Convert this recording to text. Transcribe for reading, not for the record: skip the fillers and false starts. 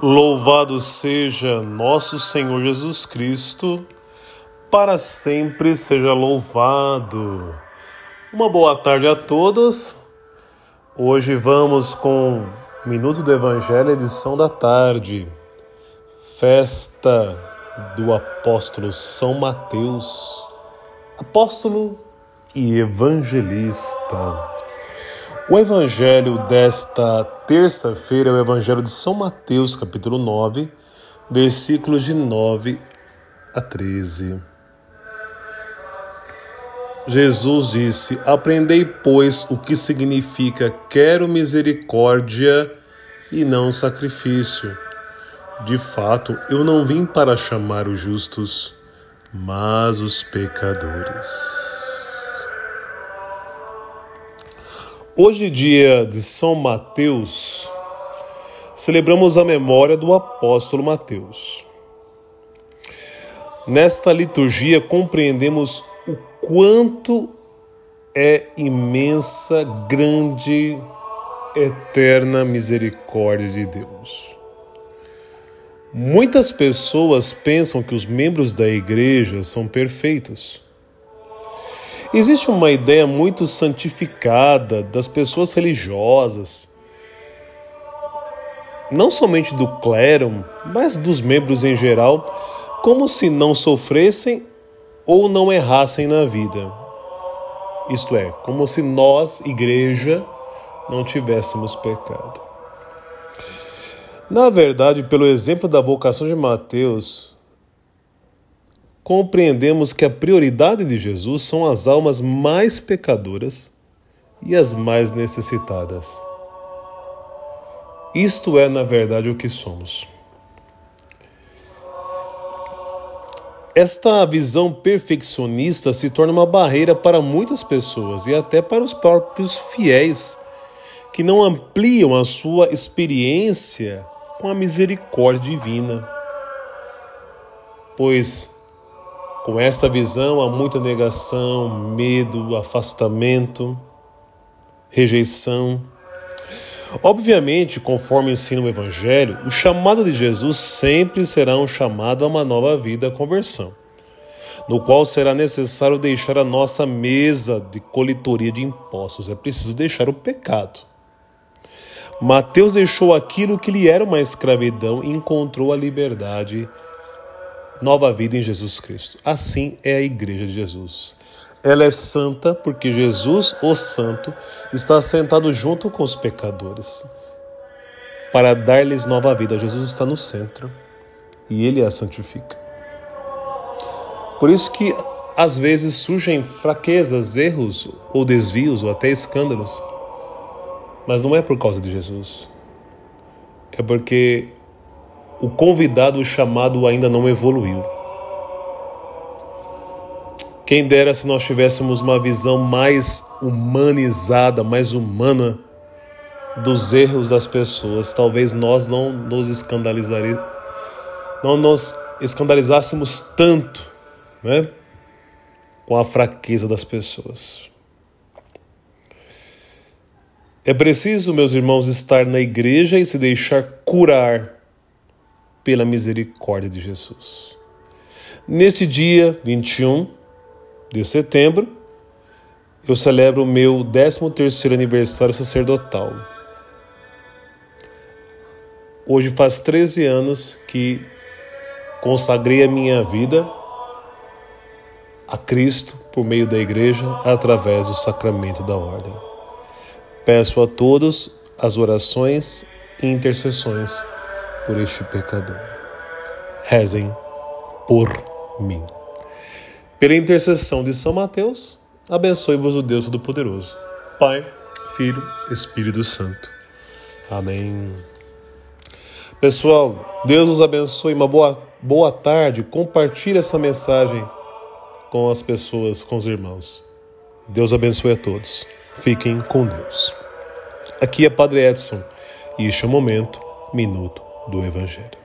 Louvado seja nosso Senhor Jesus Cristo, para sempre seja louvado. Uma boa tarde a todos. Hoje vamos com Minuto do Evangelho, edição da tarde. Festa do apóstolo São Mateus, apóstolo e evangelista. O evangelho desta terça-feira é o evangelho de São Mateus, capítulo 9, versículos de 9 a 13. Jesus disse: aprendei, pois, o que significa quero misericórdia e não sacrifício. De fato, eu não vim para chamar os justos, mas os pecadores. Hoje, dia de São Mateus, celebramos a memória do apóstolo Mateus. Nesta liturgia compreendemos o quanto é imensa, grande, eterna misericórdia de Deus. Muitas pessoas pensam que os membros da igreja são perfeitos. Existe uma ideia muito santificada das pessoas religiosas, não somente do clero, mas dos membros em geral, como se não sofressem ou não errassem na vida. Isto é, como se nós, igreja, não tivéssemos pecado. Na verdade, pelo exemplo da vocação de Mateus, compreendemos que a prioridade de Jesus são as almas mais pecadoras e as mais necessitadas. Isto é, na verdade, o que somos. Esta visão perfeccionista se torna uma barreira para muitas pessoas e até para os próprios fiéis, que não ampliam a sua experiência com a misericórdia divina. Pois com esta visão há muita negação, medo, afastamento, rejeição. Obviamente, conforme ensina o Evangelho, o chamado de Jesus sempre será um chamado a uma nova vida, a conversão, no qual será necessário deixar a nossa mesa de coletoria de impostos. É preciso deixar o pecado. Mateus deixou aquilo que lhe era uma escravidão e encontrou a liberdade, nova vida em Jesus Cristo. Assim é a Igreja de Jesus. Ela é santa porque Jesus, o Santo, está sentado junto com os pecadores para dar-lhes nova vida. Jesus está no centro e Ele a santifica. Por isso que às vezes surgem fraquezas, erros ou desvios ou até escândalos. Mas não é por causa de Jesus. É porque o convidado, o chamado, ainda não evoluiu. Quem dera se nós tivéssemos uma visão mais humanizada, mais humana dos erros das pessoas. Talvez nós não nos escandalizássemos tanto, né, com a fraqueza das pessoas. É preciso, meus irmãos, estar na igreja e se deixar curar pela misericórdia de Jesus. Neste dia 21 de setembro, eu celebro o meu 13º aniversário sacerdotal. Hoje faz 13 anos que consagrei a minha vida a Cristo por meio da igreja, através do sacramento da ordem. Peço a todos as orações e intercessões por este pecador. Rezem por mim. Pela intercessão de São Mateus, abençoe-vos o Deus Todo-Poderoso, Pai, Filho, Espírito Santo. Amém. Pessoal, Deus nos abençoe. Uma boa tarde. Compartilhe essa mensagem com as pessoas, com os irmãos. Deus abençoe a todos. Fiquem com Deus. Aqui é Padre Edson e este é o Minuto do Evangelho.